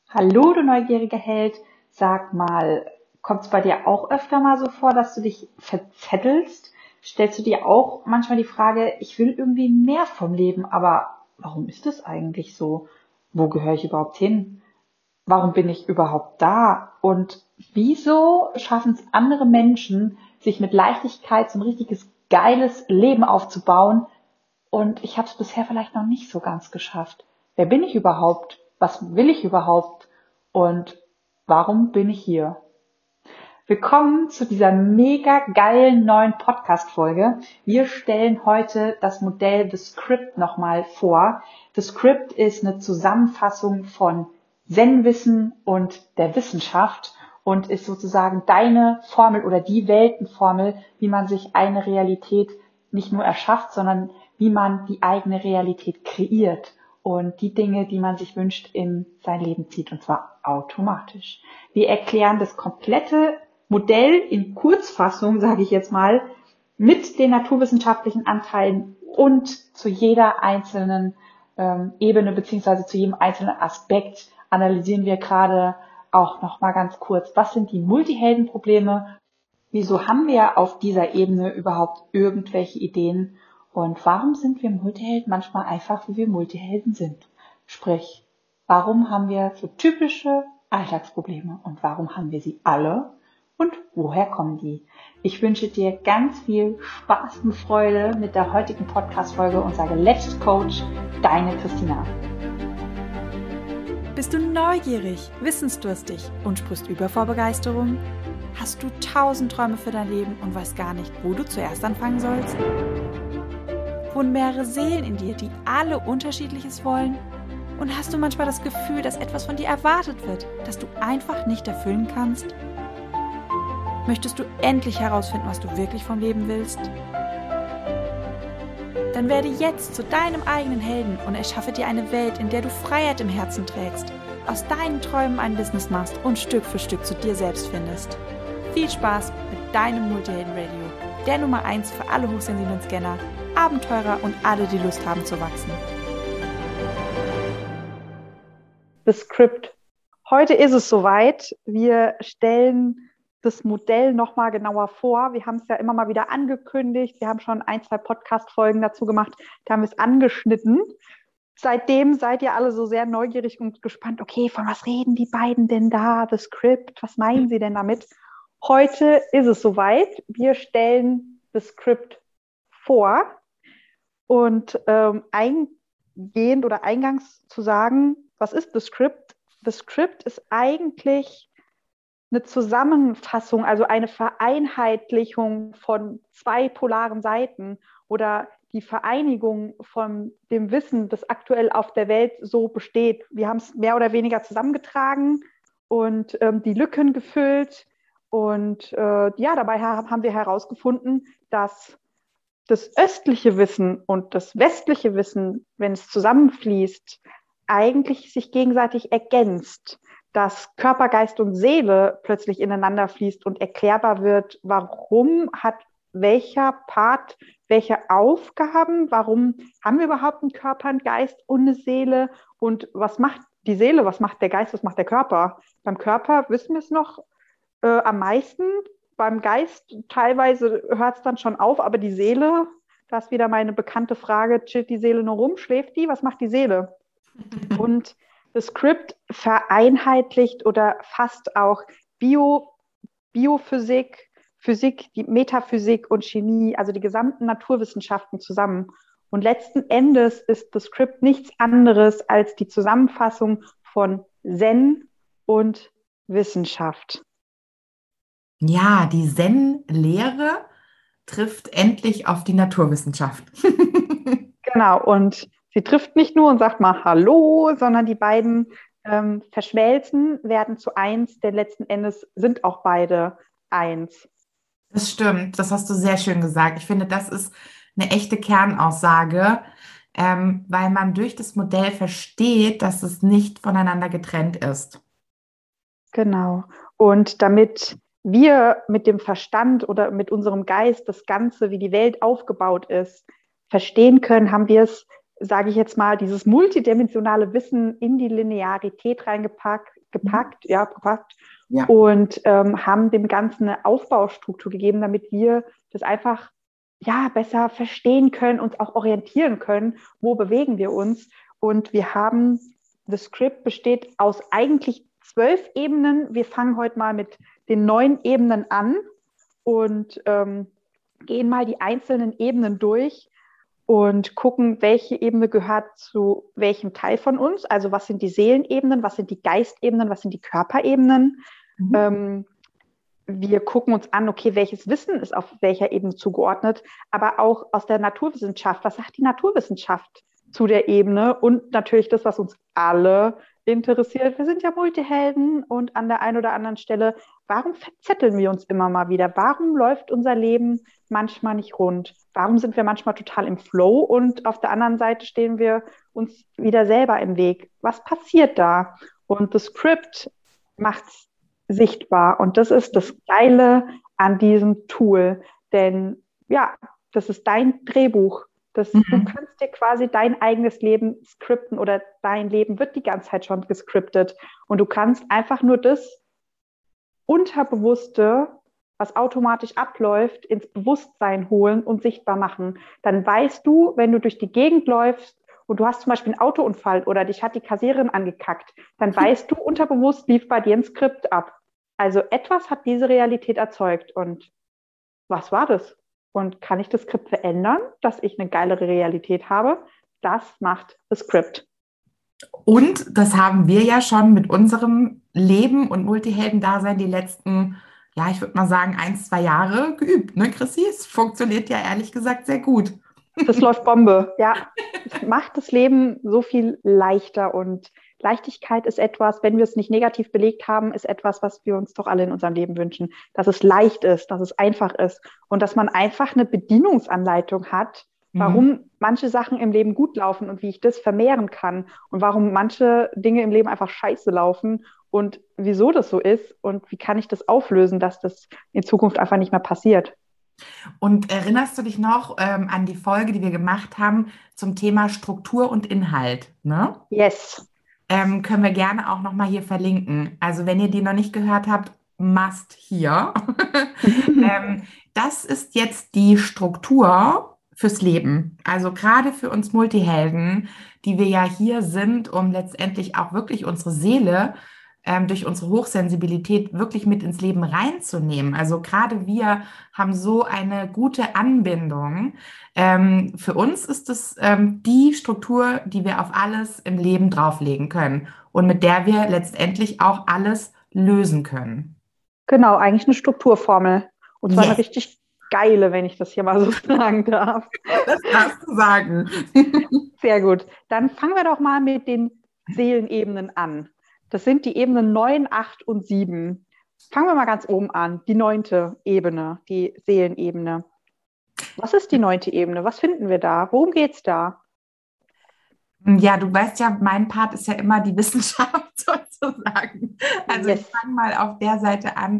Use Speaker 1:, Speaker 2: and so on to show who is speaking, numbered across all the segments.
Speaker 1: Hallo, du neugieriger Held. Sag mal, kommt es bei dir auch öfter mal so vor, dass du dich verzettelst? Stellst du dir auch manchmal die Frage, ich will irgendwie mehr vom Leben, aber warum ist es eigentlich so? Wo gehöre ich überhaupt hin? Warum bin ich überhaupt da? Und wieso schaffen es andere Menschen, sich mit Leichtigkeit so ein richtiges geiles Leben aufzubauen? Und ich habe es bisher vielleicht noch nicht so ganz geschafft. Wer bin ich überhaupt? Was will ich überhaupt? Und warum bin ich hier? Willkommen zu dieser mega geilen neuen Podcast-Folge. Wir stellen heute das Modell The Script nochmal vor. The Script ist eine Zusammenfassung von Zen-Wissen und der Wissenschaft und ist sozusagen deine Formel oder die Weltenformel, wie man sich eine Realität nicht nur erschafft, sondern wie man die eigene Realität kreiert und die Dinge, die man sich wünscht, in sein Leben zieht, und zwar automatisch. Wir erklären das komplette Modell in Kurzfassung, sage ich jetzt mal, mit den naturwissenschaftlichen Anteilen und zu jeder einzelnen Ebene beziehungsweise zu jedem einzelnen Aspekt analysieren wir gerade auch noch mal ganz kurz, was sind die Multiheldenprobleme, wieso haben wir auf dieser Ebene überhaupt irgendwelche Ideen und warum sind wir Multihelden manchmal einfach, wie wir Multihelden sind. Sprich, warum haben wir so typische Alltagsprobleme und warum haben wir sie alle? Und woher kommen die? Ich wünsche dir ganz viel Spaß und Freude mit der heutigen Podcast-Folge und sage Let's Coach, deine Christina.
Speaker 2: Bist du neugierig, wissensdurstig und sprichst über vor Begeisterung? Hast du 1000 Träume für dein Leben und weißt gar nicht, wo du zuerst anfangen sollst? Wohnen mehrere Seelen in dir, die alle Unterschiedliches wollen? Und hast du manchmal das Gefühl, dass etwas von dir erwartet wird, das du einfach nicht erfüllen kannst? Möchtest du endlich herausfinden, was du wirklich vom Leben willst? Dann werde jetzt zu deinem eigenen Helden und erschaffe dir eine Welt, in der du Freiheit im Herzen trägst, aus deinen Träumen ein Business machst und Stück für Stück zu dir selbst findest. Viel Spaß mit deinem Multihelden-Radio, der Nummer 1 für alle hochsensiblen Scanner, Abenteurer und alle, die Lust haben zu wachsen.
Speaker 1: The Script. Heute ist es soweit. Wir stellen das Modell nochmal genauer vor. Wir haben es ja immer mal wieder angekündigt. Wir haben schon 1-2 Podcast-Folgen dazu gemacht. Da haben wir es angeschnitten. Seitdem seid ihr alle so sehr neugierig und gespannt. Okay, von was reden die beiden denn da? The Script, was meinen sie denn damit? Heute ist es soweit. Wir stellen The Script vor. Und eingehend oder eingangs zu sagen, was ist The Script? The Script ist eigentlich eine Zusammenfassung, also eine Vereinheitlichung von 2 polaren Seiten oder die Vereinigung von dem Wissen, das aktuell auf der Welt so besteht. Wir haben es mehr oder weniger zusammengetragen und die Lücken gefüllt und dabei haben wir herausgefunden, dass das östliche Wissen und das westliche Wissen, wenn es zusammenfließt, eigentlich sich gegenseitig ergänzt, dass Körper, Geist und Seele plötzlich ineinander fließt und erklärbar wird, warum hat welcher Part welche Aufgaben, warum haben wir überhaupt einen Körper, einen Geist und eine Seele und was macht die Seele, was macht der Geist, was macht der Körper? Beim Körper wissen wir es noch am meisten, beim Geist teilweise hört es dann schon auf, aber die Seele, das ist wieder meine bekannte Frage, chillt die Seele nur rum, schläft die, was macht die Seele? Und das Script vereinheitlicht oder fasst auch Biophysik, Physik, die Metaphysik und Chemie, also die gesamten Naturwissenschaften zusammen. Und letzten Endes ist das Script nichts anderes als die Zusammenfassung von Zen und Wissenschaft.
Speaker 3: Ja, die Zen-Lehre trifft endlich auf die Naturwissenschaft.
Speaker 1: Genau, und sie trifft nicht nur und sagt mal Hallo, sondern die beiden verschmelzen, werden zu eins, denn letzten Endes sind auch beide eins.
Speaker 3: Das stimmt, das hast du sehr schön gesagt. Ich finde, das ist eine echte Kernaussage, weil man durch das Modell versteht, dass es nicht voneinander getrennt ist.
Speaker 1: Genau. Und damit wir mit dem Verstand oder mit unserem Geist das Ganze, wie die Welt aufgebaut ist, verstehen können, haben wir es, sage ich jetzt mal, dieses multidimensionale Wissen in die Linearität reingepackt, gepackt, gepackt
Speaker 3: Ja.
Speaker 1: und haben dem Ganzen eine Aufbaustruktur gegeben, damit wir das einfach besser verstehen können, uns auch orientieren können, wo bewegen wir uns. Und wir haben, das Script besteht aus eigentlich 12 Ebenen. Wir fangen heute mal mit den 9 Ebenen an und gehen mal die einzelnen Ebenen durch und gucken, welche Ebene gehört zu welchem Teil von uns. Also was sind die Seelenebenen, was sind die Geistebenen, was sind die Körperebenen. Wir gucken uns an, okay, welches Wissen ist auf welcher Ebene zugeordnet, aber auch aus der Naturwissenschaft. Was sagt die Naturwissenschaft zu der Ebene? Und natürlich das, was uns alle interessiert. Wir sind ja Multihelden und an der einen oder anderen Stelle, warum verzetteln wir uns immer mal wieder? Warum läuft unser Leben manchmal nicht rund? Warum sind wir manchmal total im Flow und auf der anderen Seite stehen wir uns wieder selber im Weg? Was passiert da? Und das Script macht's sichtbar. Und das ist das Geile an diesem Tool. Denn das ist dein Drehbuch. Du kannst dir quasi dein eigenes Leben skripten oder dein Leben wird die ganze Zeit schon geskriptet. Und du kannst einfach nur das Unterbewusste, was automatisch abläuft, ins Bewusstsein holen und sichtbar machen. Dann weißt du, wenn du durch die Gegend läufst, und du hast zum Beispiel einen Autounfall oder dich hat die Kassiererin angekackt, dann weißt du, unterbewusst lief bei dir ein Skript ab. Also etwas hat diese Realität erzeugt. Und was war das? Und kann ich das Skript verändern, dass ich eine geilere Realität habe? Das macht das Skript.
Speaker 3: Und das haben wir ja schon mit unserem Leben und Multihelden-Dasein die letzten, ich würde mal sagen, 1-2 Jahre geübt, ne, Chrissy? Es funktioniert ja ehrlich gesagt sehr gut.
Speaker 1: Das läuft Bombe, ja. Es macht das Leben so viel leichter und Leichtigkeit ist etwas, wenn wir es nicht negativ belegt haben, ist etwas, was wir uns doch alle in unserem Leben wünschen. Dass es leicht ist, dass es einfach ist und dass man einfach eine Bedienungsanleitung hat, warum manche Sachen im Leben gut laufen und wie ich das vermehren kann und warum manche Dinge im Leben einfach scheiße laufen und wieso das so ist und wie kann ich das auflösen, dass das in Zukunft einfach nicht mehr passiert.
Speaker 3: Und erinnerst du dich noch an die Folge, die wir gemacht haben zum Thema Struktur und Inhalt, ne?
Speaker 1: Yes.
Speaker 3: Können wir gerne auch nochmal hier verlinken. Also wenn ihr die noch nicht gehört habt, must hier. Das ist jetzt die Struktur fürs Leben. Also gerade für uns Multihelden, die wir ja hier sind, um letztendlich auch wirklich unsere Seele durch unsere Hochsensibilität wirklich mit ins Leben reinzunehmen. Also gerade wir haben so eine gute Anbindung. Für uns ist es die Struktur, die wir auf alles im Leben drauflegen können und mit der wir letztendlich auch alles lösen können.
Speaker 1: Genau, eigentlich eine Strukturformel. Und zwar
Speaker 3: Yes.
Speaker 1: eine richtig geile, wenn ich das hier mal so sagen darf.
Speaker 3: Das darfst du sagen.
Speaker 1: Sehr gut. Dann fangen wir doch mal mit den Seelenebenen an. Das sind die Ebenen 9, 8 und 7. Fangen wir mal ganz oben an. Die 9. Ebene, die Seelenebene. Was ist die 9. Ebene? Was finden wir da? Worum geht's da?
Speaker 3: Ja, du weißt ja, mein Part ist ja immer die Wissenschaft sozusagen. Also
Speaker 1: Yes.
Speaker 3: Ich fange mal auf der Seite an.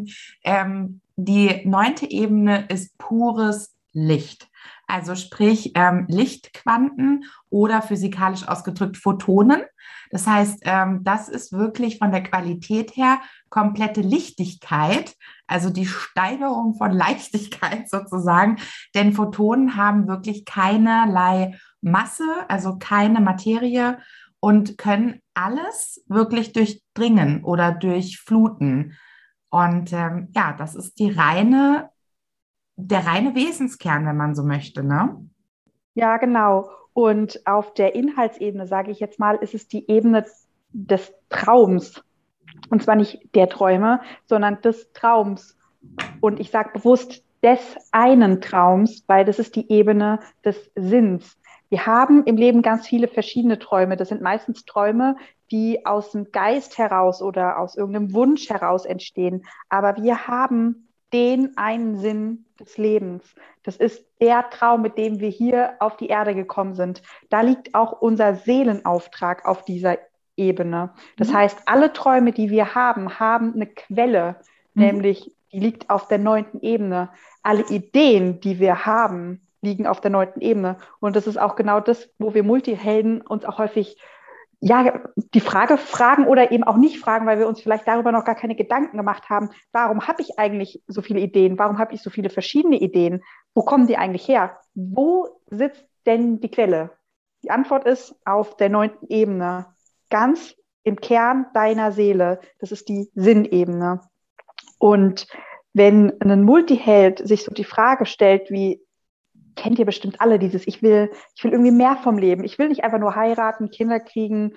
Speaker 3: Die 9. Ebene ist pures Licht. Also sprich Lichtquanten oder physikalisch ausgedrückt Photonen. Das heißt, das ist wirklich von der Qualität her komplette Lichtigkeit, also die Steigerung von Leichtigkeit sozusagen. Denn Photonen haben wirklich keinerlei Masse, also keine Materie und können alles wirklich durchdringen oder durchfluten. Und das ist der reine Wesenskern, wenn man so möchte, ne?
Speaker 1: Ja, genau. Und auf der Inhaltsebene, sage ich jetzt mal, ist es die Ebene des Traums. Und zwar nicht der Träume, sondern des Traums. Und ich sage bewusst des einen Traums, weil das ist die Ebene des Sinns. Wir haben im Leben ganz viele verschiedene Träume. Das sind meistens Träume, die aus dem Geist heraus oder aus irgendeinem Wunsch heraus entstehen. Aber wir haben den einen Sinn des Lebens. Das ist der Traum, mit dem wir hier auf die Erde gekommen sind. Da liegt auch unser Seelenauftrag auf dieser Ebene. Das heißt, alle Träume, die wir haben, haben eine Quelle, nämlich die liegt auf der 9. Ebene. Alle Ideen, die wir haben, liegen auf der 9. Ebene. Und das ist auch genau das, wo wir Multihelden uns auch häufig ja, die Frage fragen oder eben auch nicht fragen, weil wir uns vielleicht darüber noch gar keine Gedanken gemacht haben. Warum habe ich eigentlich so viele Ideen? Warum habe ich so viele verschiedene Ideen? Wo kommen die eigentlich her? Wo sitzt denn die Quelle? Die Antwort ist auf der 9. Ebene, ganz im Kern deiner Seele. Das ist die Sinnebene. Und wenn ein Multiheld sich so die Frage stellt, wie, kennt ihr bestimmt alle dieses, ich will irgendwie mehr vom Leben. Ich will nicht einfach nur heiraten, Kinder kriegen,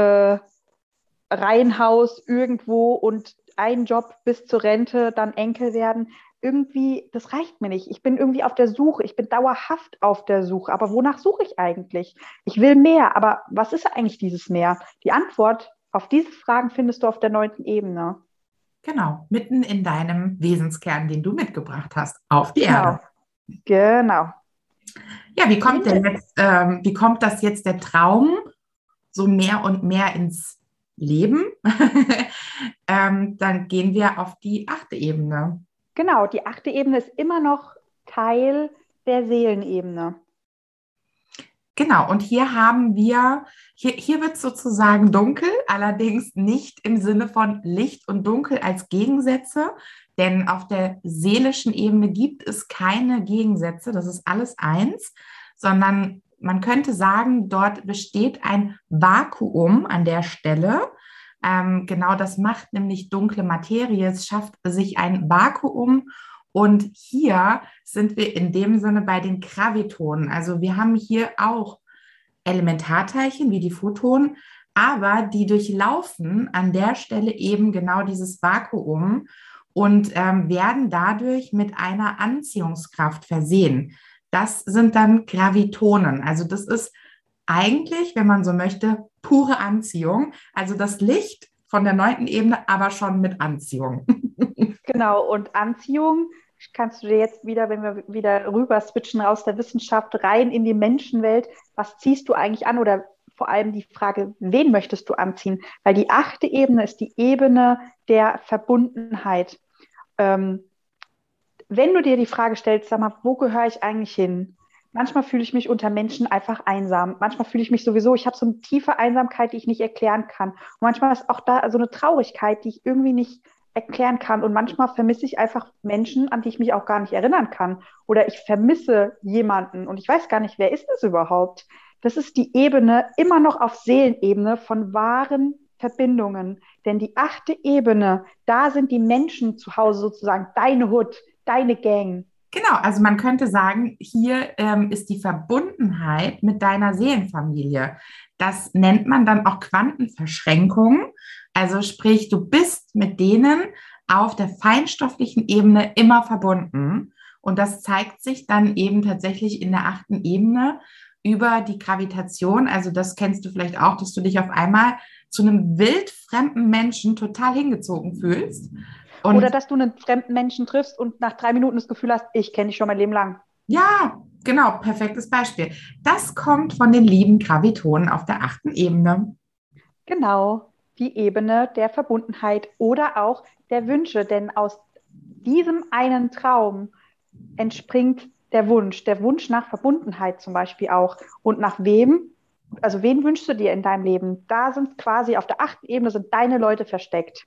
Speaker 1: Reihenhaus irgendwo und einen Job bis zur Rente, dann Enkel werden. Irgendwie, das reicht mir nicht. Ich bin irgendwie auf der Suche. Ich bin dauerhaft auf der Suche. Aber wonach suche ich eigentlich? Ich will mehr. Aber was ist eigentlich dieses Mehr? Die Antwort auf diese Fragen findest du auf der 9. Ebene.
Speaker 3: Genau, mitten in deinem Wesenskern, den du mitgebracht hast, auf die
Speaker 1: Genau.
Speaker 3: Erde.
Speaker 1: Genau.
Speaker 3: Ja, wie kommt das jetzt der Traum so mehr und mehr ins Leben? Dann gehen wir auf die 8. Ebene.
Speaker 1: Genau, die 8. Ebene ist immer noch Teil der Seelenebene.
Speaker 3: Genau, und hier wird es sozusagen dunkel, allerdings nicht im Sinne von Licht und Dunkel als Gegensätze, denn auf der seelischen Ebene gibt es keine Gegensätze, das ist alles eins, sondern man könnte sagen, dort besteht ein Vakuum an der Stelle. Genau das macht nämlich dunkle Materie, es schafft sich ein Vakuum. Und hier sind wir in dem Sinne bei den Gravitonen. Also wir haben hier auch Elementarteilchen wie die Photonen, aber die durchlaufen an der Stelle eben genau dieses Vakuum und werden dadurch mit einer Anziehungskraft versehen. Das sind dann Gravitonen. Also das ist eigentlich, wenn man so möchte, pure Anziehung. Also das Licht von der 9. Ebene, aber schon mit Anziehung.
Speaker 1: Genau, und Anziehung kannst du dir jetzt wieder, wenn wir wieder rüber switchen aus der Wissenschaft rein in die Menschenwelt, was ziehst du eigentlich an? Oder vor allem die Frage, wen möchtest du anziehen? Weil die 8. Ebene ist die Ebene der Verbundenheit. Wenn du dir die Frage stellst, sag mal, wo gehöre ich eigentlich hin? Manchmal fühle ich mich unter Menschen einfach einsam. Manchmal fühle ich mich sowieso, ich habe so eine tiefe Einsamkeit, die ich nicht erklären kann. Und manchmal ist auch da so eine Traurigkeit, die ich irgendwie nicht erklären kann. Und manchmal vermisse ich einfach Menschen, an die ich mich auch gar nicht erinnern kann. Oder ich vermisse jemanden und ich weiß gar nicht, wer ist das überhaupt? Das ist die Ebene immer noch auf Seelenebene von wahren Verbindungen. Denn die 8. Ebene, da sind die Menschen zu Hause sozusagen, deine Hut, deine Gang.
Speaker 3: Genau, also man könnte sagen, hier ist die Verbundenheit mit deiner Seelenfamilie. Das nennt man dann auch Quantenverschränkung. Also sprich, du bist mit denen auf der feinstofflichen Ebene immer verbunden. Und das zeigt sich dann eben tatsächlich in der 8. Ebene über die Gravitation. Also das kennst du vielleicht auch, dass du dich auf einmal zu einem wildfremden Menschen total hingezogen fühlst.
Speaker 1: Oder dass du einen fremden Menschen triffst und nach 3 Minuten das Gefühl hast, ich kenne dich schon mein Leben lang.
Speaker 3: Ja, genau, perfektes Beispiel. Das kommt von den lieben Gravitonen auf der 8. Ebene.
Speaker 1: Genau, die Ebene der Verbundenheit oder auch der Wünsche. Denn aus diesem einen Traum entspringt der Wunsch nach Verbundenheit zum Beispiel auch. Und nach wem? Also wen wünschst du dir in deinem Leben? Da sind quasi auf der 8. Ebene sind deine Leute versteckt.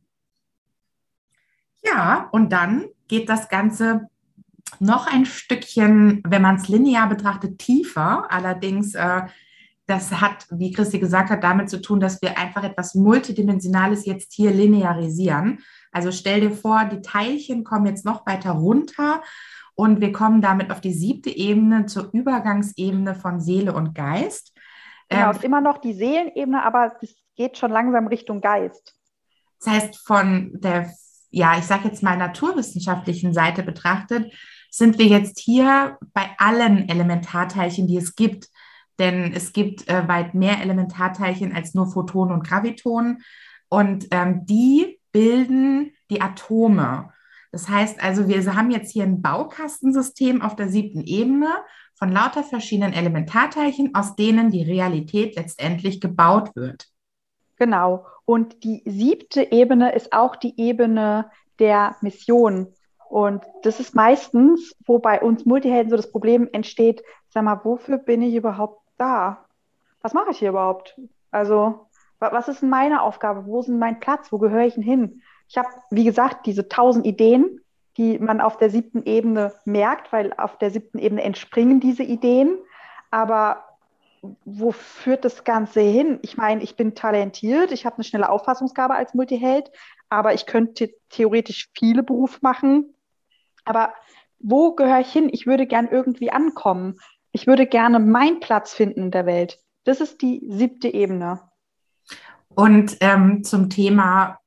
Speaker 3: Ja, und dann geht das Ganze noch ein Stückchen, wenn man es linear betrachtet, tiefer. Allerdings, das hat, wie Christi gesagt hat, damit zu tun, dass wir einfach etwas Multidimensionales jetzt hier linearisieren. Also stell dir vor, die Teilchen kommen jetzt noch weiter runter und wir kommen damit auf die 7. Ebene zur Übergangsebene von Seele und Geist.
Speaker 1: Genau, ist immer noch die Seelenebene, aber es geht schon langsam Richtung Geist.
Speaker 3: Das heißt, von der, ja, ich sage jetzt mal naturwissenschaftlichen Seite betrachtet, sind wir jetzt hier bei allen Elementarteilchen, die es gibt. Denn es gibt weit mehr Elementarteilchen als nur Photonen und Gravitonen. Und die bilden die Atome. Das heißt also, wir haben jetzt hier ein Baukastensystem auf der 7. Ebene von lauter verschiedenen Elementarteilchen, aus denen die Realität letztendlich gebaut wird.
Speaker 1: Genau. Und die 7. Ebene ist auch die Ebene der Mission. Und das ist meistens, wo bei uns Multihelden so das Problem entsteht, sag mal, wofür bin ich überhaupt da? Was mache ich hier überhaupt? Also, was ist denn meine Aufgabe? Wo ist denn mein Platz? Wo gehöre ich denn hin? Ich habe, wie gesagt, diese 1000 Ideen, die man auf der 7. Ebene merkt, weil auf der 7. Ebene entspringen diese Ideen. Aber wo führt das Ganze hin? Ich meine, ich bin talentiert, ich habe eine schnelle Auffassungsgabe als Multiheld, aber ich könnte theoretisch viele Berufe machen. Aber wo gehöre ich hin? Ich würde gern irgendwie ankommen. Ich würde gerne meinen Platz finden in der Welt. Das ist die 7. Ebene.
Speaker 3: Und zum Thema,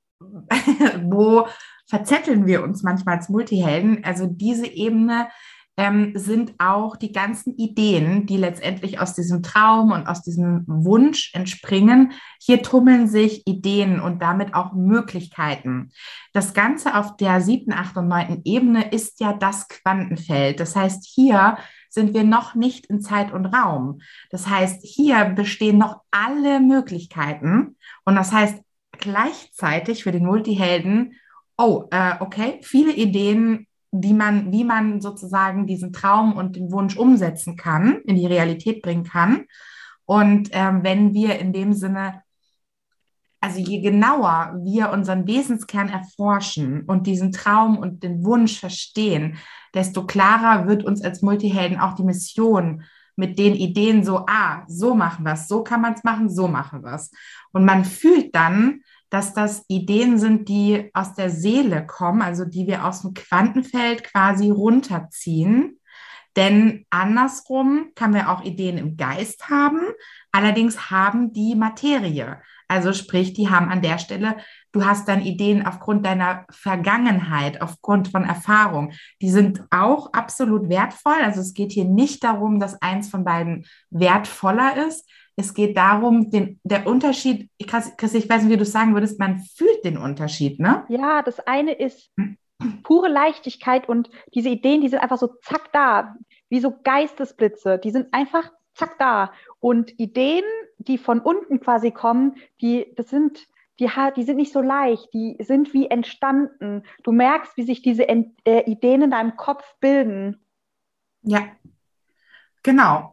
Speaker 3: wo verzetteln wir uns manchmal als Multihelden? Also diese Ebene sind auch die ganzen Ideen, die letztendlich aus diesem Traum und aus diesem Wunsch entspringen. Hier tummeln sich Ideen und damit auch Möglichkeiten. Das Ganze auf der 7., 8. und 9. Ebene ist ja das Quantenfeld. Das heißt, hier sind wir noch nicht in Zeit und Raum. Das heißt, hier bestehen noch alle Möglichkeiten. Und das heißt gleichzeitig für den Multihelden, okay, viele Ideen, wie man sozusagen diesen Traum und den Wunsch umsetzen kann, in die Realität bringen kann. Und wenn wir in dem Sinne, also je genauer wir unseren Wesenskern erforschen und diesen Traum und den Wunsch verstehen, desto klarer wird uns als Multihelden auch die Mission mit den Ideen so, so machen wir es, so kann man es machen, so machen wir es. Und man fühlt dann, dass das Ideen sind, die aus der Seele kommen, also die wir aus dem Quantenfeld quasi runterziehen. Denn andersrum kann wir auch Ideen im Geist haben, allerdings haben die Materie. Also sprich, die haben an der Stelle, du hast dann Ideen aufgrund deiner Vergangenheit, aufgrund von Erfahrung. Die sind auch absolut wertvoll. Also es geht hier nicht darum, dass eins von beiden wertvoller ist. Es geht darum, der Unterschied, Christi, ich weiß nicht, wie du es sagen würdest, man fühlt den Unterschied, ne?
Speaker 1: Ja, das eine ist pure Leichtigkeit und diese Ideen, die sind einfach so zack da, wie so Geistesblitze, die sind einfach zack da. Und Ideen, die von unten quasi kommen, die sind nicht so leicht, die sind wie entstanden. Du merkst, wie sich diese Ideen in deinem Kopf bilden.
Speaker 3: Ja, genau.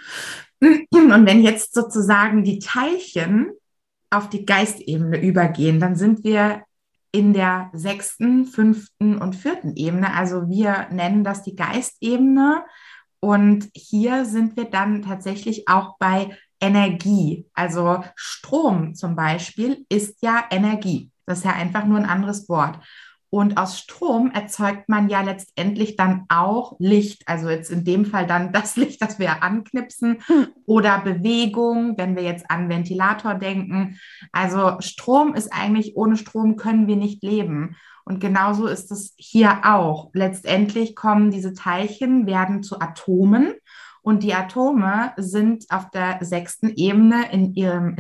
Speaker 3: Und wenn jetzt sozusagen die Teilchen auf die Geistebene übergehen, dann sind wir in der 6., 5. und 4. Ebene. Also wir nennen das die Geistebene. Und hier sind wir dann tatsächlich auch bei Energie. Also Strom zum Beispiel ist ja Energie. Das ist ja einfach nur ein anderes Wort. Und aus Strom erzeugt man ja letztendlich dann auch Licht. Also jetzt in dem Fall dann das Licht, das wir anknipsen, oder Bewegung, wenn wir jetzt an Ventilator denken. Also Strom ist eigentlich, ohne Strom können wir nicht leben. Und genauso ist es hier auch. Letztendlich kommen diese Teilchen, werden zu Atomen. Und die Atome sind auf der 6. Ebene in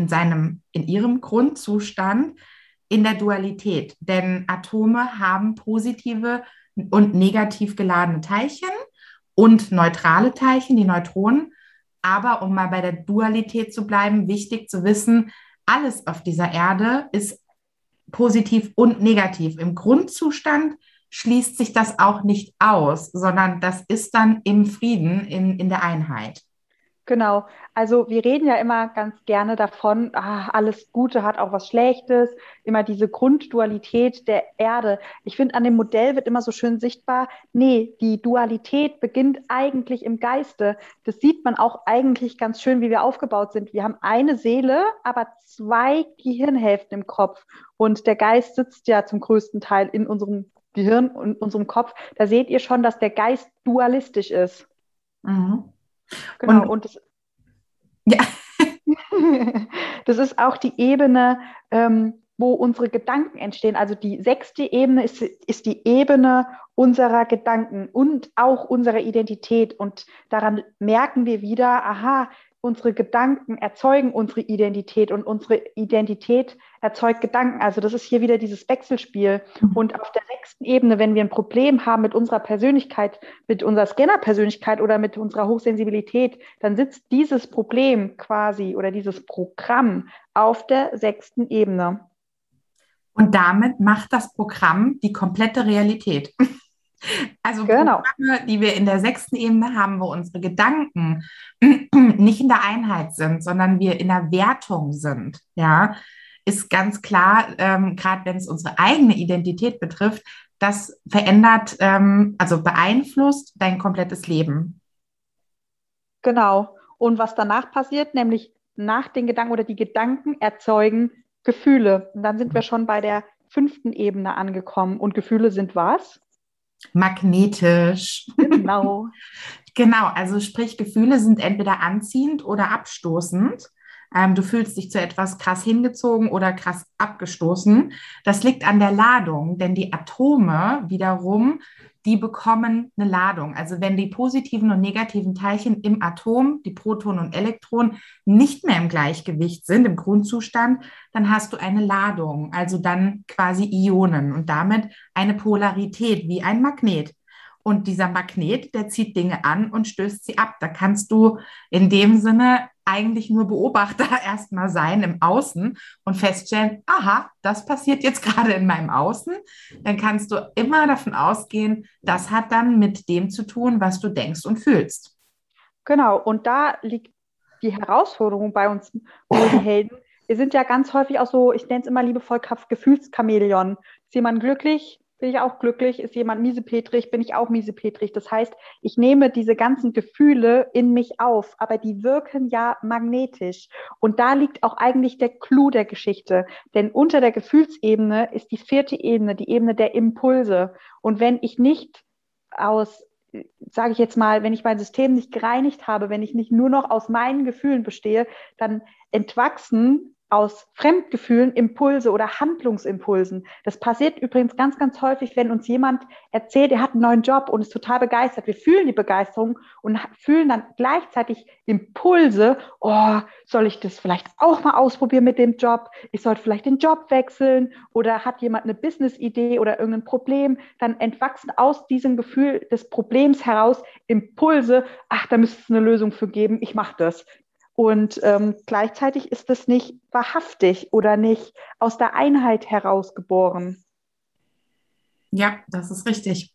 Speaker 3: ihrem Grundzustand in der Dualität. Denn Atome haben positive und negativ geladene Teilchen und neutrale Teilchen, die Neutronen. Aber um mal bei der Dualität zu bleiben, wichtig zu wissen, alles auf dieser Erde ist positiv und negativ. Im Grundzustand schließt sich das auch nicht aus, sondern das ist dann im Frieden, in der Einheit.
Speaker 1: Genau, also wir reden ja immer ganz gerne davon, alles Gute hat auch was Schlechtes, immer diese Grunddualität der Erde. Ich finde, an dem Modell wird immer so schön sichtbar, nee, die Dualität beginnt eigentlich im Geiste. Das sieht man auch eigentlich ganz schön, wie wir aufgebaut sind. Wir haben eine Seele, aber 2 Gehirnhälften im Kopf. Und der Geist sitzt ja zum größten Teil in unserem Gehirn und unserem Kopf. Da seht ihr schon, dass der Geist dualistisch ist.
Speaker 3: Mhm.
Speaker 1: Genau, und das,
Speaker 3: ja.
Speaker 1: das ist auch die Ebene, wo unsere Gedanken entstehen. Also die 6. Ebene ist die Ebene unserer Gedanken und auch unserer Identität. Und daran merken wir wieder, unsere Gedanken erzeugen unsere Identität und unsere Identität erzeugt Gedanken. Also das ist hier wieder dieses Wechselspiel. Und auf der 6. Ebene, wenn wir ein Problem haben mit unserer Persönlichkeit, mit unserer Scanner-Persönlichkeit oder mit unserer Hochsensibilität, dann sitzt dieses Problem quasi oder dieses Programm auf der 6. Ebene.
Speaker 3: Und damit macht das Programm die komplette Realität. Also
Speaker 1: Genau.
Speaker 3: Programme, die wir in der 6. Ebene haben, wo unsere Gedanken nicht in der Einheit sind, sondern wir in der Wertung sind, ja, ist ganz klar, gerade wenn es unsere eigene Identität betrifft, das verändert, also beeinflusst dein komplettes Leben.
Speaker 1: Genau. Und was danach passiert, nämlich nach den Gedanken oder die Gedanken erzeugen Gefühle. Und dann sind wir schon bei der 5. Ebene angekommen. Und Gefühle sind was?
Speaker 3: Magnetisch.
Speaker 1: Genau.
Speaker 3: Genau, also sprich, Gefühle sind entweder anziehend oder abstoßend. Du fühlst dich zu etwas krass hingezogen oder krass abgestoßen. Das liegt an der Ladung, denn die Atome wiederum, die bekommen eine Ladung. Also wenn die positiven und negativen Teilchen im Atom, die Protonen und Elektronen, nicht mehr im Gleichgewicht sind, im Grundzustand, dann hast du eine Ladung, also dann quasi Ionen und damit eine Polarität wie ein Magnet. Und dieser Magnet, der zieht Dinge an und stößt sie ab. Da kannst du in dem Sinne eigentlich nur Beobachter erstmal sein im Außen und feststellen, aha, das passiert jetzt gerade in meinem Außen. Dann kannst du immer davon ausgehen, das hat dann mit dem zu tun, was du denkst und fühlst.
Speaker 1: Genau. Und da liegt die Herausforderung bei uns Multihelden. Wir sind ja ganz häufig auch so, ich nenne es immer liebevoll Gefühlschamäleon. Ist jemand glücklich? Bin ich auch glücklich? Ist jemand miesepetrig? Bin ich auch miesepetrig? Das heißt, ich nehme diese ganzen Gefühle in mich auf, aber die wirken ja magnetisch. Und da liegt auch eigentlich der Clou der Geschichte. Denn unter der Gefühlsebene ist die 4. Ebene, die Ebene der Impulse. Und wenn ich nicht aus, sage ich jetzt mal, wenn ich mein System nicht gereinigt habe, wenn ich nicht nur noch aus meinen Gefühlen bestehe, dann entwachsen aus Fremdgefühlen Impulse oder Handlungsimpulsen. Das passiert übrigens ganz, ganz häufig, wenn uns jemand erzählt, er hat einen neuen Job und ist total begeistert. Wir fühlen die Begeisterung und fühlen dann gleichzeitig Impulse. Oh, soll ich das vielleicht auch mal ausprobieren mit dem Job? Ich sollte vielleicht den Job wechseln oder hat jemand eine Business-Idee oder irgendein Problem? Dann entwachsen aus diesem Gefühl des Problems heraus Impulse. Ach, da müsste es eine Lösung für geben. Ich mache das. Und gleichzeitig ist es nicht wahrhaftig oder nicht aus der Einheit herausgeboren.
Speaker 3: Ja, das ist richtig.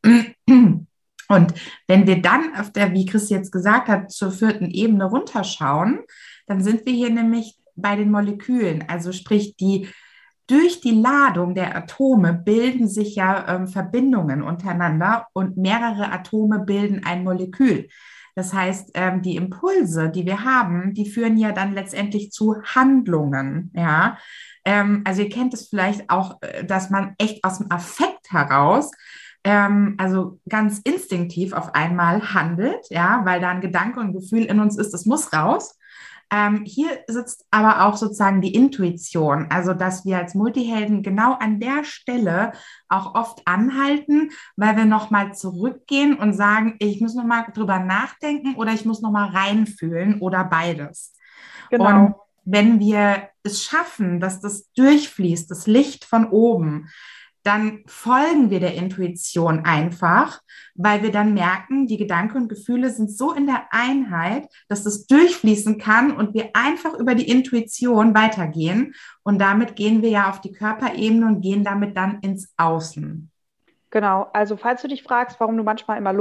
Speaker 3: Und wenn wir dann auf der, wie Chris jetzt gesagt hat, zur 4. Ebene runterschauen, dann sind wir hier nämlich bei den Molekülen. Also sprich, durch die Ladung der Atome bilden sich ja Verbindungen untereinander und mehrere Atome bilden ein Molekül. Das heißt, die Impulse, die wir haben, die führen ja dann letztendlich zu Handlungen. Ja? Also ihr kennt es vielleicht auch, dass man echt aus dem Affekt heraus, also ganz instinktiv auf einmal handelt, ja, weil da ein Gedanke und ein Gefühl in uns ist, das muss raus. Hier sitzt aber auch sozusagen die Intuition, also dass wir als Multihelden genau an der Stelle auch oft anhalten, weil wir nochmal zurückgehen und sagen, ich muss nochmal drüber nachdenken oder ich muss nochmal reinfühlen oder beides.
Speaker 1: Genau.
Speaker 3: Und wenn wir es schaffen, dass das durchfließt, das Licht von oben, dann folgen wir der Intuition einfach, weil wir dann merken, die Gedanken und Gefühle sind so in der Einheit, dass das durchfließen kann und wir einfach über die Intuition weitergehen. Und damit gehen wir ja auf die Körperebene und gehen damit dann ins Außen.
Speaker 1: Genau. Also falls du dich fragst, warum du manchmal immer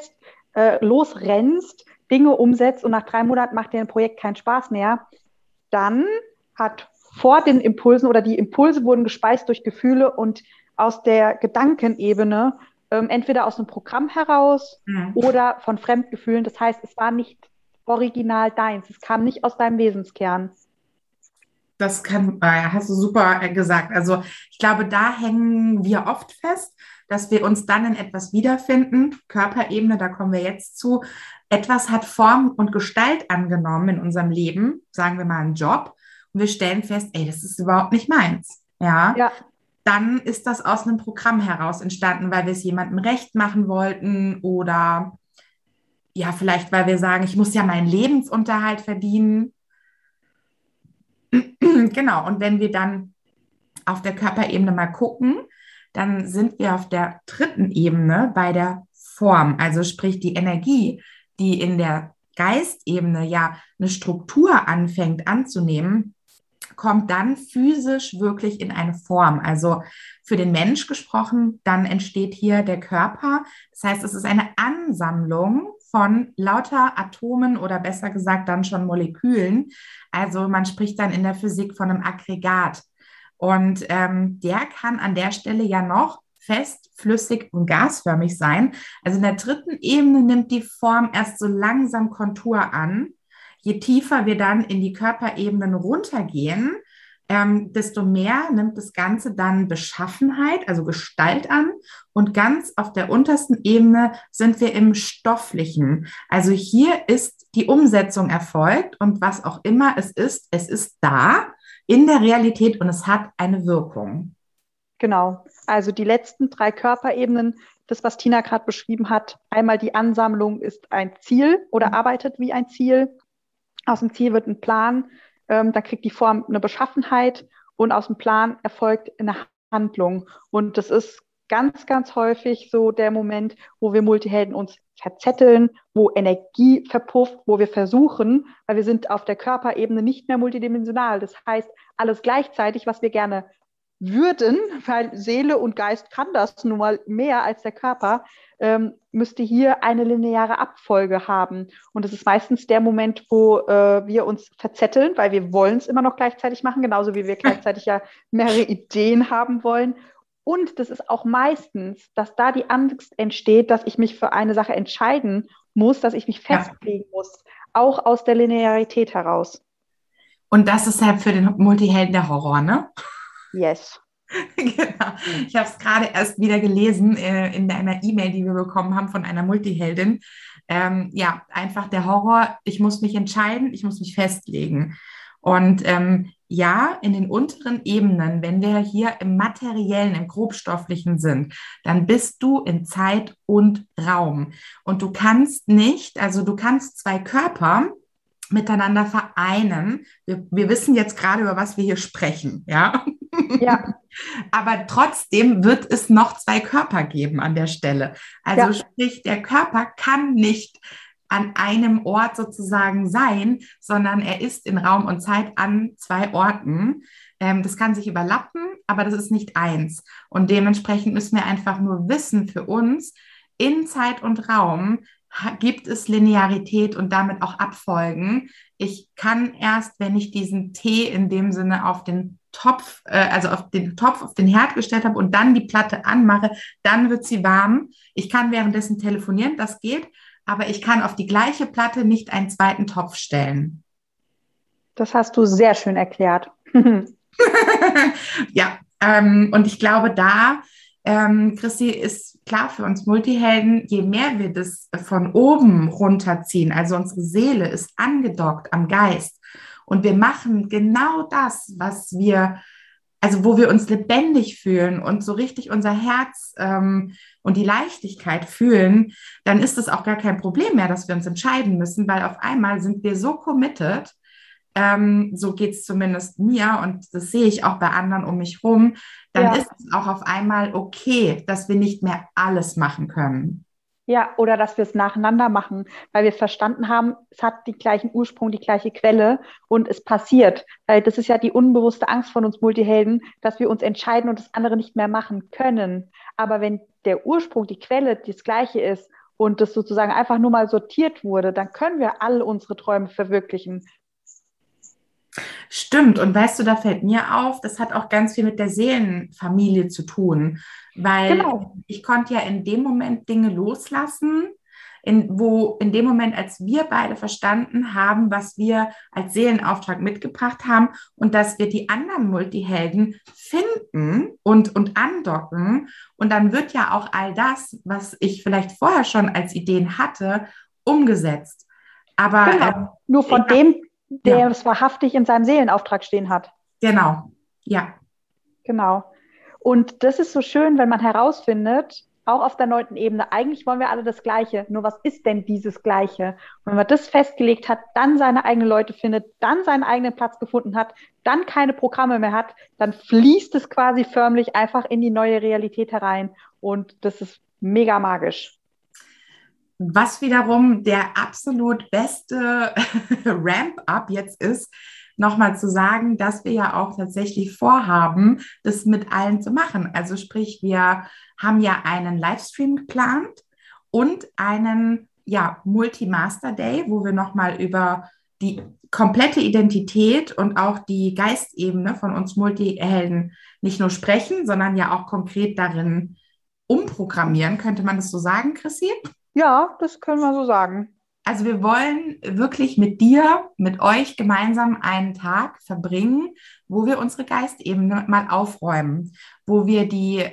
Speaker 1: losrennst, Dinge umsetzt und nach 3 Monaten macht dir ein Projekt keinen Spaß mehr, dann hat vor den Impulsen oder die Impulse wurden gespeist durch Gefühle und aus der Gedankenebene, entweder aus einem Programm heraus oder von Fremdgefühlen. Das heißt, es war nicht original deins. Es kam nicht aus deinem Wesenskern.
Speaker 3: Das hast du super gesagt. Also ich glaube, da hängen wir oft fest, dass wir uns dann in etwas wiederfinden. Körperebene, da kommen wir jetzt zu. Etwas hat Form und Gestalt angenommen in unserem Leben, sagen wir mal einen Job, und wir stellen fest, ey, das ist überhaupt nicht meins. Ja. Dann ist das aus einem Programm heraus entstanden, weil wir es jemandem recht machen wollten oder ja, vielleicht, weil wir sagen, ich muss ja meinen Lebensunterhalt verdienen. Genau, und wenn wir dann auf der Körperebene mal gucken, dann sind wir auf der 3. Ebene bei der Form, also sprich die Energie, die in der Geistebene ja eine Struktur anfängt anzunehmen, kommt dann physisch wirklich in eine Form. Also für den Mensch gesprochen, dann entsteht hier der Körper. Das heißt, es ist eine Ansammlung von lauter Atomen oder besser gesagt dann schon Molekülen. Also man spricht dann in der Physik von einem Aggregat. Und der kann an der Stelle ja noch fest, flüssig und gasförmig sein. Also in der dritten Ebene nimmt die Form erst so langsam Kontur an. Je tiefer wir dann in die Körperebenen runtergehen, desto mehr nimmt das Ganze dann Beschaffenheit, also Gestalt an. Und ganz auf der untersten Ebene sind wir im Stofflichen. Also hier ist die Umsetzung erfolgt und was auch immer es ist da in der Realität und es hat eine Wirkung.
Speaker 1: Genau. Also die letzten 3 Körperebenen, das, was Tina gerade beschrieben hat, einmal die Ansammlung ist ein Ziel oder arbeitet wie ein Ziel. Aus dem Ziel wird ein Plan, dann kriegt die Form eine Beschaffenheit und aus dem Plan erfolgt eine Handlung. Und das ist ganz, ganz häufig so der Moment, wo wir Multihelden uns verzetteln, wo Energie verpufft, wo wir versuchen, weil wir sind auf der Körperebene nicht mehr multidimensional. Das heißt, alles gleichzeitig, was wir gerne würden, weil Seele und Geist kann das nun mal mehr als der Körper, müsste hier eine lineare Abfolge haben. Und das ist meistens der Moment, wo wir uns verzetteln, weil wir wollen es immer noch gleichzeitig machen, genauso wie wir gleichzeitig ja mehrere Ideen haben wollen. Und das ist auch meistens, dass da die Angst entsteht, dass ich mich für eine Sache entscheiden muss, dass ich mich festlegen muss, auch aus der Linearität heraus.
Speaker 3: Und das ist halt für den Multihelden der Horror, ne?
Speaker 1: Yes.
Speaker 3: Genau. Ich habe es gerade erst wieder gelesen in einer E-Mail, die wir bekommen haben von einer Multiheldin. Ja, einfach der Horror, ich muss mich entscheiden, ich muss mich festlegen. Und ja, in den unteren Ebenen, wenn wir hier im Materiellen, im Grobstofflichen sind, dann bist du in Zeit und Raum. Und du kannst nicht, also du kannst 2 Körper miteinander vereinen. Wir wissen jetzt gerade, über was wir hier sprechen, ja?
Speaker 1: Ja.
Speaker 3: Aber trotzdem wird es noch 2 Körper geben an der Stelle. Also sprich, der Körper kann nicht an einem Ort sozusagen sein, sondern er ist in Raum und Zeit an 2 Orten. Das kann sich überlappen, aber das ist nicht eins. Und dementsprechend müssen wir einfach nur wissen für uns, in Zeit und Raum gibt es Linearität und damit auch Abfolgen. Ich kann erst, wenn ich diesen Tee in dem Sinne auf den Topf, auf den Herd gestellt habe und dann die Platte anmache, dann wird sie warm. Ich kann währenddessen telefonieren, das geht, aber ich kann auf die gleiche Platte nicht einen zweiten Topf stellen.
Speaker 1: Das hast du sehr schön erklärt.
Speaker 3: Ja, und ich glaube, Christi, ist klar für uns Multihelden, je mehr wir das von oben runterziehen, also unsere Seele ist angedockt am Geist und wir machen genau das, wo wir uns lebendig fühlen und so richtig unser Herz und die Leichtigkeit fühlen, dann ist es auch gar kein Problem mehr, dass wir uns entscheiden müssen, weil auf einmal sind wir so committed. So geht es zumindest mir und das sehe ich auch bei anderen um mich rum, dann ist es auch auf einmal okay, dass wir nicht mehr alles machen können.
Speaker 1: Ja, oder dass wir es nacheinander machen, weil wir verstanden haben, es hat den gleichen Ursprung, die gleiche Quelle und es passiert. Weil das ist ja die unbewusste Angst von uns Multihelden, dass wir uns entscheiden und das andere nicht mehr machen können. Aber wenn der Ursprung, die Quelle das gleiche ist und das sozusagen einfach nur mal sortiert wurde, dann können wir alle unsere Träume verwirklichen.
Speaker 3: Stimmt. Und weißt du, da fällt mir auf, das hat auch ganz viel mit der Seelenfamilie zu tun, weil ich konnte ja in dem Moment Dinge loslassen, in dem Moment, als wir beide verstanden haben, was wir als Seelenauftrag mitgebracht haben und dass wir die anderen Multihelden finden und andocken. Und dann wird ja auch all das, was ich vielleicht vorher schon als Ideen hatte, umgesetzt. Aber
Speaker 1: nur von dem, der es wahrhaftig in seinem Seelenauftrag stehen hat.
Speaker 3: Genau, ja.
Speaker 1: Genau. Und das ist so schön, wenn man herausfindet, auch auf der 9. Ebene, eigentlich wollen wir alle das Gleiche. Nur was ist denn dieses Gleiche? Und wenn man das festgelegt hat, dann seine eigenen Leute findet, dann seinen eigenen Platz gefunden hat, dann keine Programme mehr hat, dann fließt es quasi förmlich einfach in die neue Realität herein. Und das ist mega magisch.
Speaker 3: Was wiederum der absolut beste Ramp-up jetzt ist, nochmal zu sagen, dass wir ja auch tatsächlich vorhaben, das mit allen zu machen. Also sprich, wir haben ja einen Livestream geplant und einen Multi-Master Day, wo wir nochmal über die komplette Identität und auch die Geistebene von uns Multihelden nicht nur sprechen, sondern ja auch konkret darin umprogrammieren. Könnte man das so sagen, Chrissy?
Speaker 1: Ja, das können wir so sagen.
Speaker 3: Also wir wollen wirklich mit dir, mit euch gemeinsam einen Tag verbringen, wo wir unsere Geistebene mal aufräumen, wo wir die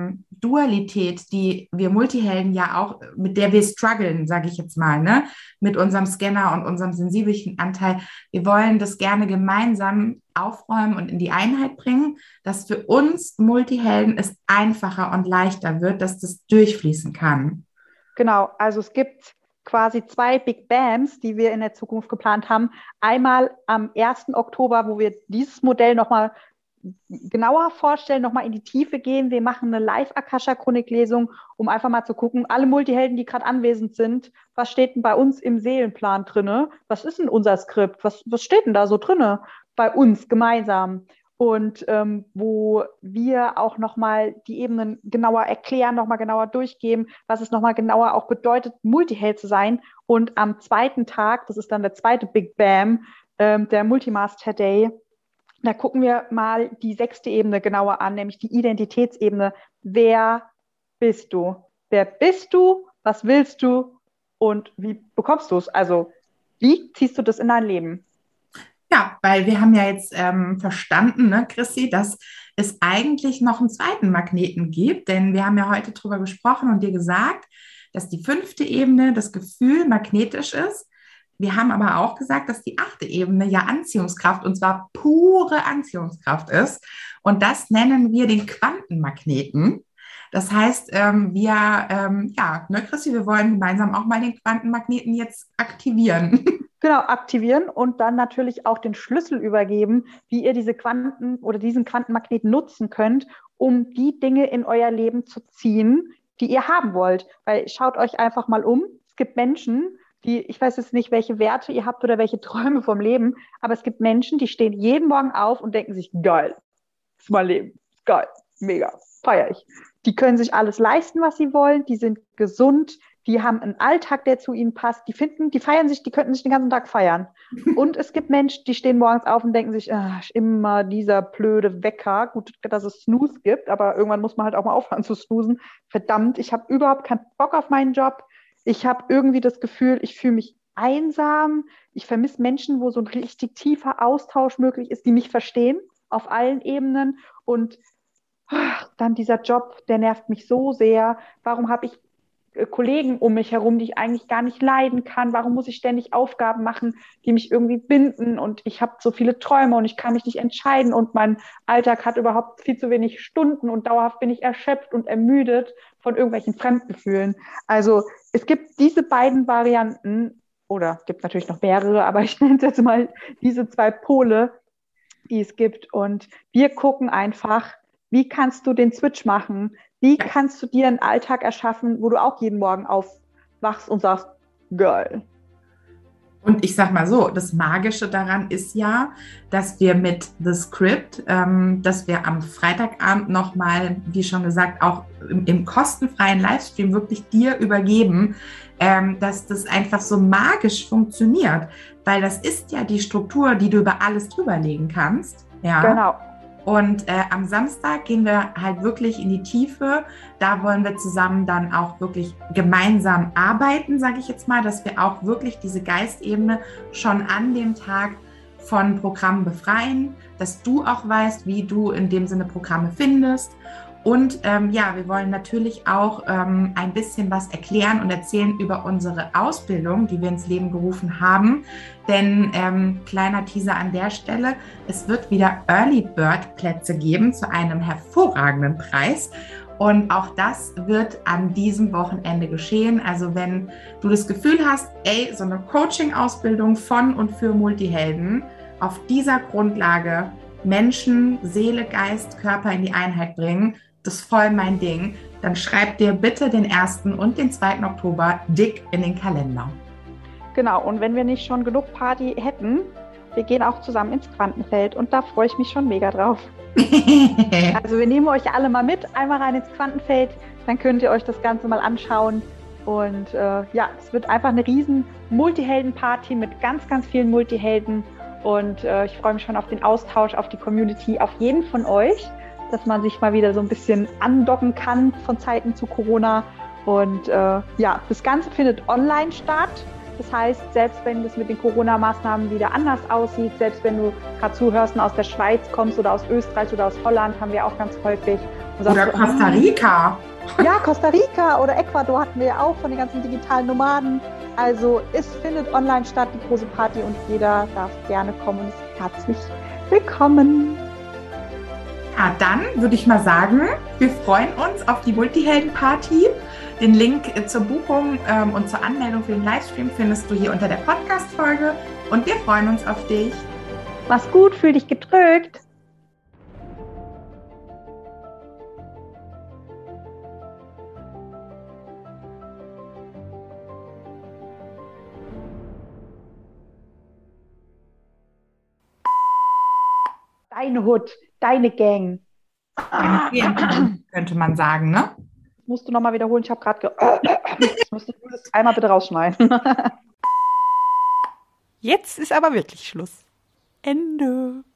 Speaker 3: Dualität, die wir Multihelden ja auch, mit der wir strugglen, sage ich jetzt mal, ne, mit unserem Scanner und unserem sensiblen Anteil, wir wollen das gerne gemeinsam aufräumen und in die Einheit bringen, dass für uns Multihelden es einfacher und leichter wird, dass das durchfließen kann.
Speaker 1: Genau, also es gibt quasi 2 Big Bams, die wir in der Zukunft geplant haben. Einmal am 1. Oktober, wo wir dieses Modell nochmal genauer vorstellen, nochmal in die Tiefe gehen. Wir machen eine Live-Akasha-Chronik-Lesung, um einfach mal zu gucken, alle Multihelden, die gerade anwesend sind, was steht denn bei uns im Seelenplan drinne? Was ist denn unser Skript? Was steht denn da so drinne bei uns gemeinsam? Und wo wir auch nochmal die Ebenen genauer erklären, nochmal genauer durchgeben, was es nochmal genauer auch bedeutet, Multiheld zu sein. Und am 2. Tag, das ist dann der 2. Big Bam, der Multimaster Day, da gucken wir mal die 6. Ebene genauer an, nämlich die Identitätsebene. Wer bist du? Wer bist du? Was willst du? Und wie bekommst du es? Also, wie ziehst du das in dein Leben?
Speaker 3: Ja, weil wir haben ja jetzt verstanden, ne, Chrissy, dass es eigentlich noch einen zweiten Magneten gibt, denn wir haben ja heute drüber gesprochen und dir gesagt, dass die 5. Ebene, das Gefühl, magnetisch ist. Wir haben aber auch gesagt, dass die 8. Ebene ja Anziehungskraft, und zwar pure Anziehungskraft ist. Und das nennen wir den Quantenmagneten. Das heißt, Chrissy, wir wollen gemeinsam auch mal den Quantenmagneten jetzt aktivieren.
Speaker 1: Genau, aktivieren und dann natürlich auch den Schlüssel übergeben, wie ihr diese Quanten oder diesen Quantenmagneten nutzen könnt, um die Dinge in euer Leben zu ziehen, die ihr haben wollt. Weil schaut euch einfach mal um. Es gibt Menschen, ich weiß jetzt nicht, welche Werte ihr habt oder welche Träume vom Leben, aber es gibt Menschen, die stehen jeden Morgen auf und denken sich, geil, das ist mein Leben, geil, mega, feiere ich. Die können sich alles leisten, was sie wollen, die sind gesund, die haben einen Alltag, der zu ihnen passt, die feiern sich, die könnten sich den ganzen Tag feiern. Und es gibt Menschen, die stehen morgens auf und denken sich, immer dieser blöde Wecker, gut, dass es Snooze gibt, aber irgendwann muss man halt auch mal aufhören zu snoozen. Verdammt, ich habe überhaupt keinen Bock auf meinen Job. Ich habe irgendwie das Gefühl, ich fühle mich einsam. Ich vermisse Menschen, wo so ein richtig tiefer Austausch möglich ist, die mich verstehen auf allen Ebenen. Und dann dieser Job, der nervt mich so sehr. Warum habe ich Kollegen um mich herum, die ich eigentlich gar nicht leiden kann? Warum muss ich ständig Aufgaben machen, die mich irgendwie binden? Und ich habe so viele Träume und ich kann mich nicht entscheiden und mein Alltag hat überhaupt viel zu wenig Stunden und dauerhaft bin ich erschöpft und ermüdet von irgendwelchen Fremdgefühlen. Also es gibt diese beiden Varianten, oder es gibt natürlich noch mehrere, aber ich nenne es jetzt mal diese 2 Pole, die es gibt. Und wir gucken einfach, wie kannst du den Switch machen? Wie kannst du dir einen Alltag erschaffen, wo du auch jeden Morgen aufwachst und sagst, geil.
Speaker 3: Und ich sag mal so, das Magische daran ist ja, dass wir mit The Script, dass wir am Freitagabend nochmal, wie schon gesagt, auch im kostenfreien Livestream wirklich dir übergeben, dass das einfach so magisch funktioniert. Weil das ist ja die Struktur, die du über alles drüberlegen kannst. Ja.
Speaker 1: Genau.
Speaker 3: Und am Samstag gehen wir halt wirklich in die Tiefe. Da wollen wir zusammen dann auch wirklich gemeinsam arbeiten, sage ich jetzt mal, dass wir auch wirklich diese Geistebene schon an dem Tag von Programmen befreien, dass du auch weißt, wie du in dem Sinne Programme findest. Und wir wollen natürlich auch ein bisschen was erklären und erzählen über unsere Ausbildung, die wir ins Leben gerufen haben. Denn kleiner Teaser an der Stelle, es wird wieder Early Bird Plätze geben zu einem hervorragenden Preis. Und auch das wird an diesem Wochenende geschehen. Also wenn du das Gefühl hast, so eine Coaching-Ausbildung von und für Multihelden, auf dieser Grundlage Menschen, Seele, Geist, Körper in die Einheit bringen, das ist voll mein Ding, dann schreib dir bitte den 1. und den 2. Oktober dick in den Kalender.
Speaker 1: Genau, und wenn wir nicht schon genug Party hätten, wir gehen auch zusammen ins Quantenfeld und da freue ich mich schon mega drauf. Also wir nehmen euch alle mal mit, einmal rein ins Quantenfeld, dann könnt ihr euch das Ganze mal anschauen. Und es wird einfach eine riesen Multihelden-Party mit ganz, ganz vielen Multihelden. Und ich freue mich schon auf den Austausch, auf die Community, auf jeden von euch, dass man sich mal wieder so ein bisschen andocken kann von Zeiten zu Corona. Und das Ganze findet online statt. Das heißt, selbst wenn das mit den Corona-Maßnahmen wieder anders aussieht, selbst wenn du gerade zuhörst und aus der Schweiz kommst oder aus Österreich oder aus Holland, haben wir auch ganz häufig.
Speaker 3: Oder Costa Rica.
Speaker 1: Ja, Costa Rica oder Ecuador hatten wir ja auch von den ganzen digitalen Nomaden. Also es findet online statt, die große Party, und jeder darf gerne kommen und ist herzlich willkommen.
Speaker 3: Ja, dann würde ich mal sagen, wir freuen uns auf die Multihelden-Party. Den Link zur Buchung und zur Anmeldung für den Livestream findest du hier unter der Podcast-Folge. Und wir freuen uns auf dich.
Speaker 1: Mach's gut, fühl dich gedrückt. Deine Hut, deine Gang.
Speaker 3: Könnte man sagen, ne?
Speaker 1: Musst du nochmal wiederholen, ich habe gerade das musst du einmal bitte rausschneiden.
Speaker 2: Jetzt ist aber wirklich Schluss. Ende.